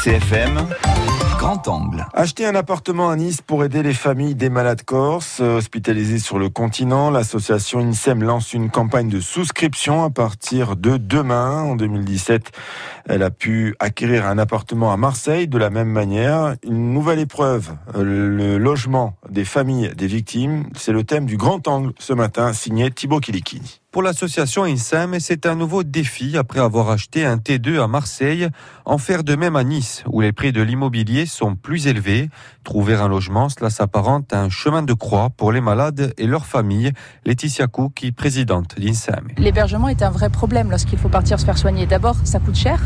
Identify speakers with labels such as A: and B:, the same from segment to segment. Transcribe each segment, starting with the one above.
A: RCFM, Grand Angle.
B: Acheter un appartement à Nice pour aider les familles des malades corses hospitalisés sur le continent. L'association INSEM lance une campagne de souscription à partir de demain. En 2017, elle a pu acquérir un appartement à Marseille de la même manière. Une nouvelle épreuve, le logement des familles des victimes. C'est le thème du Grand Angle ce matin, signé Thibaut Kilikini.
C: Pour l'association INSEM, c'est un nouveau défi après avoir acheté un T2 à Marseille, en faire de même à Nice, où les prix de l'immobilier sont plus élevés. Trouver un logement, cela s'apparente à un chemin de croix pour les malades et leurs familles. Laetitia Cook, présidente d'INSEM.
D: L'hébergement est un vrai problème lorsqu'il faut partir se faire soigner. D'abord, ça coûte cher.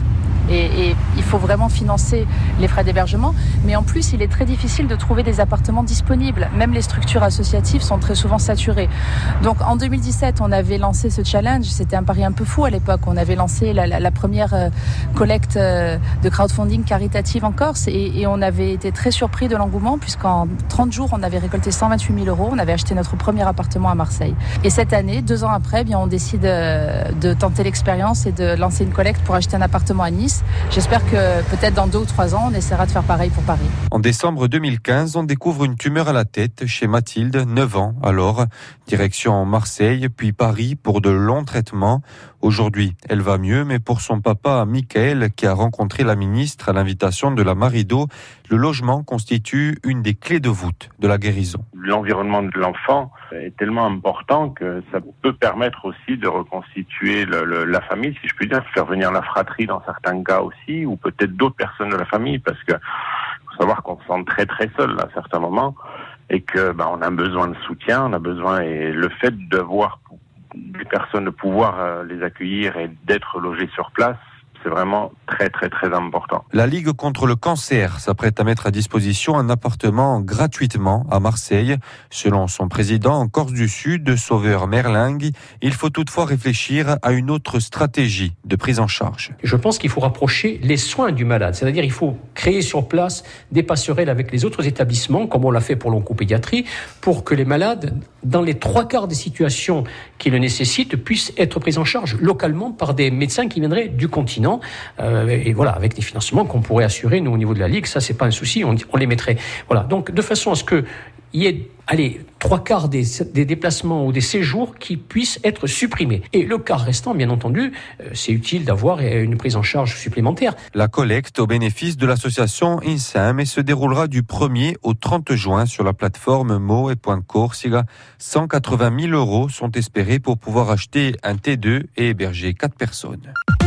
D: Et il faut vraiment financer les frais d'hébergement. Mais en plus, il est très difficile de trouver des appartements disponibles. Même les structures associatives sont très souvent saturées. Donc en 2017, on avait lancé ce challenge. C'était un pari un peu fou à l'époque. On avait lancé la première collecte de crowdfunding caritative en Corse. Et on avait été très surpris de l'engouement puisqu'en 30 jours, on avait récolté 128 000 €. On avait acheté notre premier appartement à Marseille. Et cette année, 2 ans après, on décide de tenter l'expérience et de lancer une collecte pour acheter un appartement à Nice. J'espère que peut-être dans 2 ou 3 ans, on essaiera de faire pareil pour Paris.
C: En décembre 2015, on découvre une tumeur à la tête chez Mathilde, 9 ans. Alors, direction Marseille, puis Paris pour de longs traitements. Aujourd'hui, elle va mieux, mais pour son papa, Michael, qui a rencontré la ministre à l'invitation de la Marido, le logement constitue une des clés de voûte de la guérison.
E: L'environnement de l'enfant est tellement important que ça peut permettre aussi de reconstituer la famille, si je puis dire, faire venir la fratrie dans certains cas aussi, ou peut-être d'autres personnes de la famille, parce que faut savoir qu'on se sent très très seul à certains moments, et que on a besoin de soutien, on a besoin, et le fait de voir des personnes, de pouvoir les accueillir et d'être logés sur place, c'est vraiment très très très important.
C: La Ligue contre le cancer s'apprête à mettre à disposition un appartement gratuitement à Marseille. Selon son président en Corse du Sud, Sauveur Merlingue, il faut toutefois réfléchir à une autre stratégie de prise en charge.
F: Je pense qu'il faut rapprocher les soins du malade, c'est-à-dire il faut créer sur place des passerelles avec les autres établissements, comme on l'a fait pour l'oncopédiatrie, pour que les malades, dans les 3/4 des situations qui le nécessitent, puissent être pris en charge localement par des médecins qui viendraient du continent. Et voilà, avec des financements qu'on pourrait assurer, nous, au niveau de la Ligue, ça, c'est pas un souci, on les mettrait. Voilà, donc de façon à ce qu'il y ait 3/4 des déplacements ou des séjours qui puissent être supprimés. Et le quart restant, bien entendu, c'est utile d'avoir une prise en charge supplémentaire.
C: La collecte au bénéfice de l'association INSEM se déroulera du 1er au 30 juin sur la plateforme Mo.Corsica. 180 000 € sont espérés pour pouvoir acheter un T2 et héberger 4 personnes.